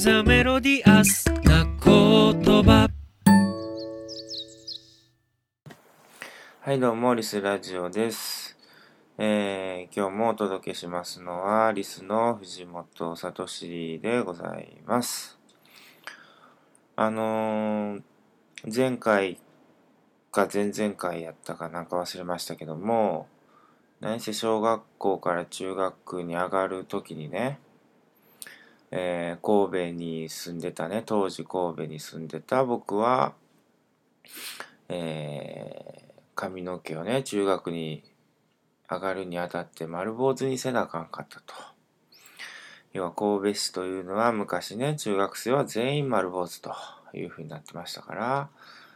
ザメロディアスな言葉。 はい、どうもリスラジオです。今日もお届けしますのはリスの藤本聡でございます。前回か前々回やったかなんか忘れましたけども、何せ小学校から中学に上がるときにね、神戸に住んでたね、当時神戸に住んでた僕は、髪の毛をね、中学に上がるにあたって丸坊主にせなあかんかったと。要は神戸市というのは昔ね、中学生は全員丸坊主というふうになってましたから、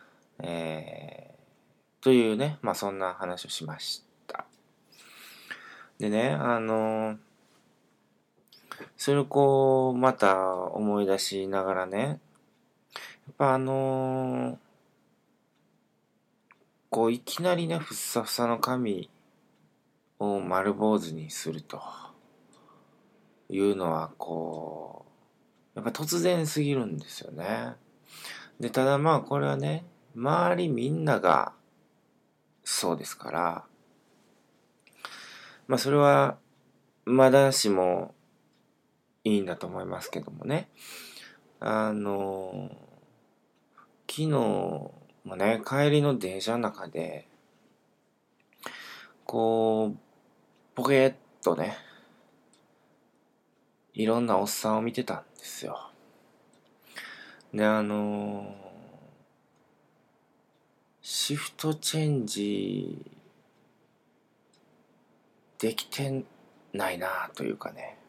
というね、そんな話をしました。でね、それをこう、また思い出しながらね、やっぱこういきなりね、ふっさふさの髪を丸坊主にするというのはこう、やっぱ突然すぎるんですよね。で、ただこれはね、周りみんながそうですから、それはまだしもいいんだと思いますけどもね。昨日もね、帰りの電車の中で、こう、ポケッとね、いろんなおっさんを見てたんですよ。で、シフトチェンジできてないなというかね、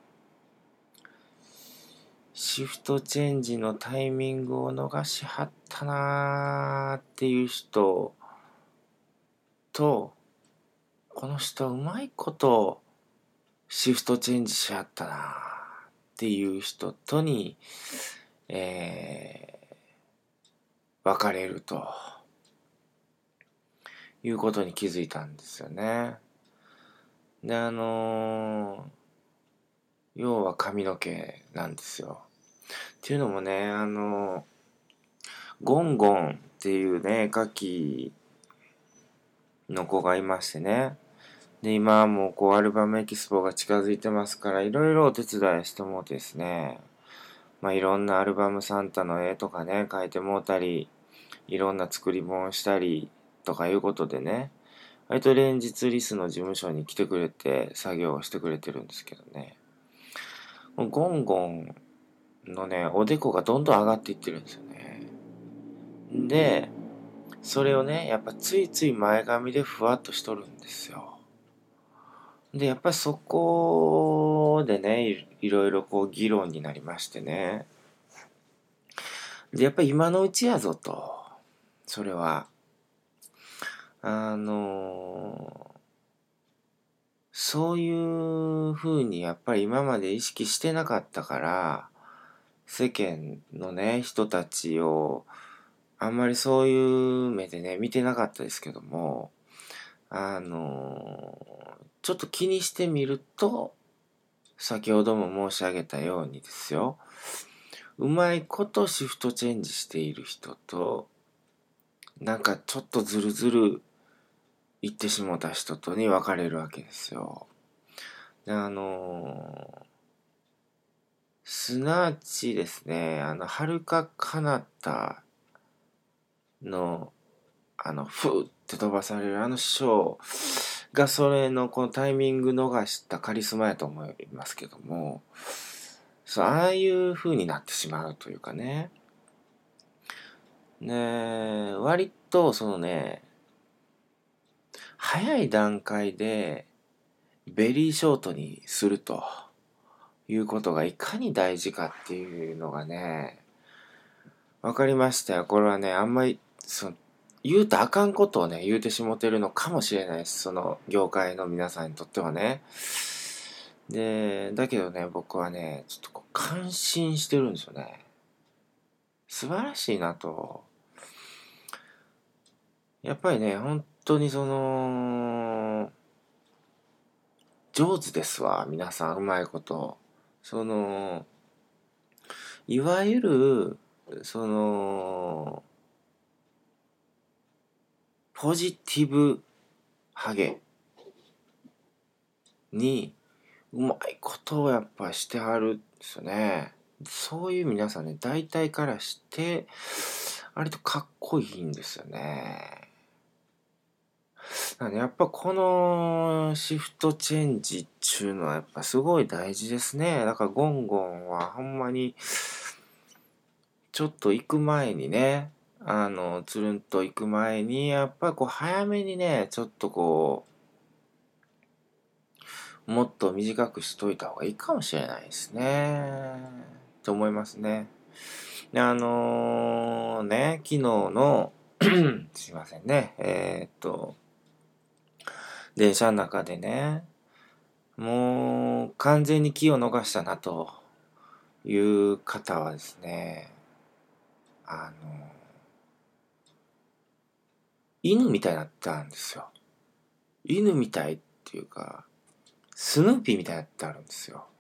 シフトチェンジのタイミングを逃しはったなっていう人と、この人うまいことシフトチェンジしはったなっていう人とに、分かれるということに気づいたんですよね。で、要は髪の毛なんですよ。っていうのもね、ゴンゴンっていうね、絵描きの子がいましてね。で、今はもうこうアルバムエキスポが近づいてますから、いろいろお手伝いしてもですね、いろんなアルバムサンタの絵とかね、描いてもうたり、いろんな作り物したりとかいうことでね、割と連日リスの事務所に来てくれて作業をしてくれてるんですけどね。ゴンゴンのね、おでこがどんどん上がっていってるんですよね。で、それをね、やっぱついつい前髪でふわっとしとるんですよ。で、やっぱりそこでね、いろいろこう議論になりましてね。で、やっぱり今のうちやぞと。それは。そういう風にやっぱり今まで意識してなかったから、世間のね、人たちをあんまりそういう目でね、見てなかったですけども、ちょっと気にしてみると、先ほども申し上げたようにですよ、うまいことシフトチェンジしている人と、なんかちょっとずるずる言ってしもた人とに分かれるわけですよ。で、すなわちですね、遥か彼方の、ふーって飛ばされるショーが、それのこのタイミング逃したカリスマやと思いますけども、そう、ああいう風になってしまうというかね。ね、割とそのね、早い段階でベリーショートにするということがいかに大事かっていうのがね、わかりましたよ。これはね、あんまり、言うとあかんことをね、言うてしもてるのかもしれないです。その業界の皆さんにとってはね。で、だけどね、僕はね、ちょっとこう感心してるんですよね。素晴らしいなと。やっぱりね、本当に上手ですわ、皆さん、うまいこと。 いわゆるポジティブハゲにうまいことをやっぱしてはるんですよね。そういう皆さんね、大体からして割とかっこいいんですよね。なんでやっぱこのシフトチェンジっていうのはやっぱすごい大事ですね。だからゴンゴンはほんまにちょっと行く前にね、つるんと行く前にやっぱり早めにね、ちょっともっと短くしといた方がいいかもしれないですね。と思いますね。で昨日のすいませんね。電車の中でね、もう完全に気を逃したなという方はですね、犬みたいになったんですよ。犬みたいっていうか、スヌーピーみたいになってあるんですよ。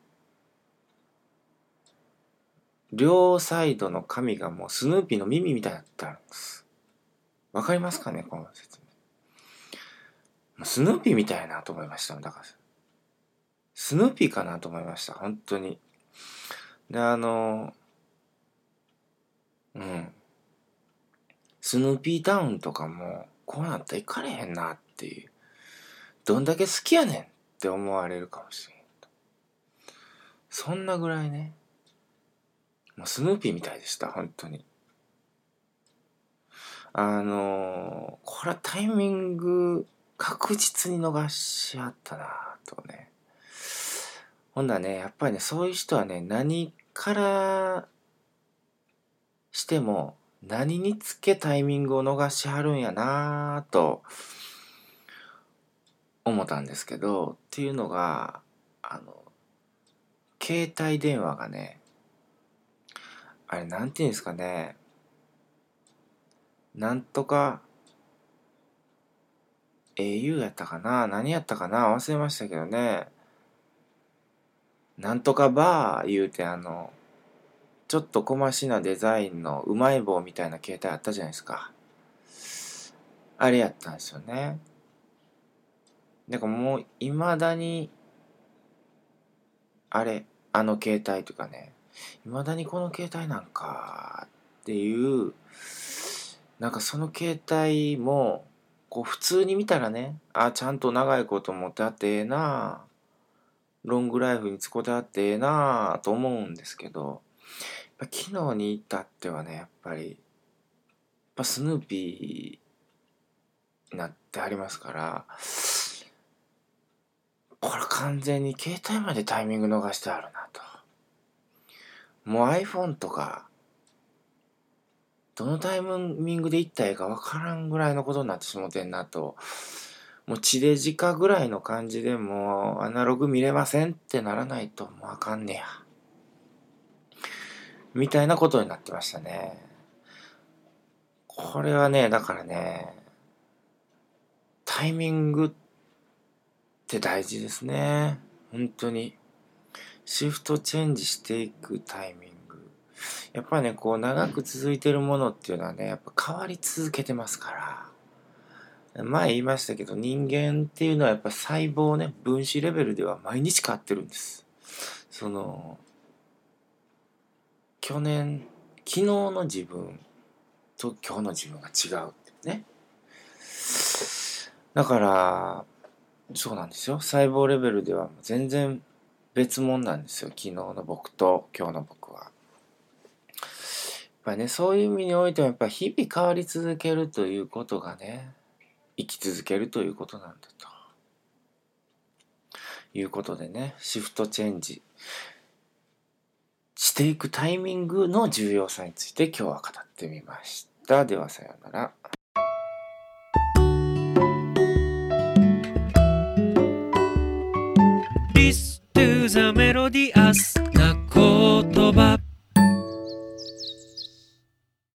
両サイドの髪がもうスヌーピーの耳みたいになってあるんです。わかりますかね、この説明。スヌーピーみたいなと思いました。だから、スヌーピーかなと思いました。本当に。で、スヌーピータウンとかも、こうなったら行かれへんなっていう。どんだけ好きやねんって思われるかもしれん。そんなぐらいね、もうスヌーピーみたいでした、本当に。これはタイミング確実に逃しあったなとね。ほんだね、やっぱりね、そういう人はね、何からしても何につけタイミングを逃しはるんやなと思ったんですけど、っていうのが、携帯電話がね、あれなんていうんですかね、なんとか au やったかな、何やったかな、忘れましたけどね、なんとかバー言うてちょっと小増なデザインのうまい棒みたいな携帯あったじゃないですか。あれやったんですよね。だからもう未だにあの携帯とかね、未だにこの携帯なんかっていう、なんかその携帯も普通に見たらね、ちゃんと長いこと持ってあってええな、ロングライフに使ってあってええなと思うんですけど、機能に至ってはね、やっぱスヌーピーになってありますから、これ完全に携帯までタイミング逃してあるなと。もう iPhone とかどのタイミングで行ったらいいか分からんぐらいのことになってしもてんなと。もう地デジ化ぐらいの感じでもうアナログ見れませんってならないともうあかんねや。みたいなことになってましたね。これはね、だからね、タイミングって大事ですね。本当に。シフトチェンジしていくタイミング。やっぱりね、長く続いてるものっていうのはね、やっぱ変わり続けてますから。前言いましたけど、人間っていうのはやっぱ細胞ね、分子レベルでは毎日変わってるんです。昨日の自分と今日の自分が違うってね。だから、そうなんですよ。細胞レベルでは全然別物なんですよ。昨日の僕と今日の僕は。やっぱりね、そういう意味においてもやっぱ日々変わり続けるということがね、生き続けるということなんだと。いうことでね、シフトチェンジしていくタイミングの重要さについて今日は語ってみました。ではさようなら。 Listen to the melodious な言葉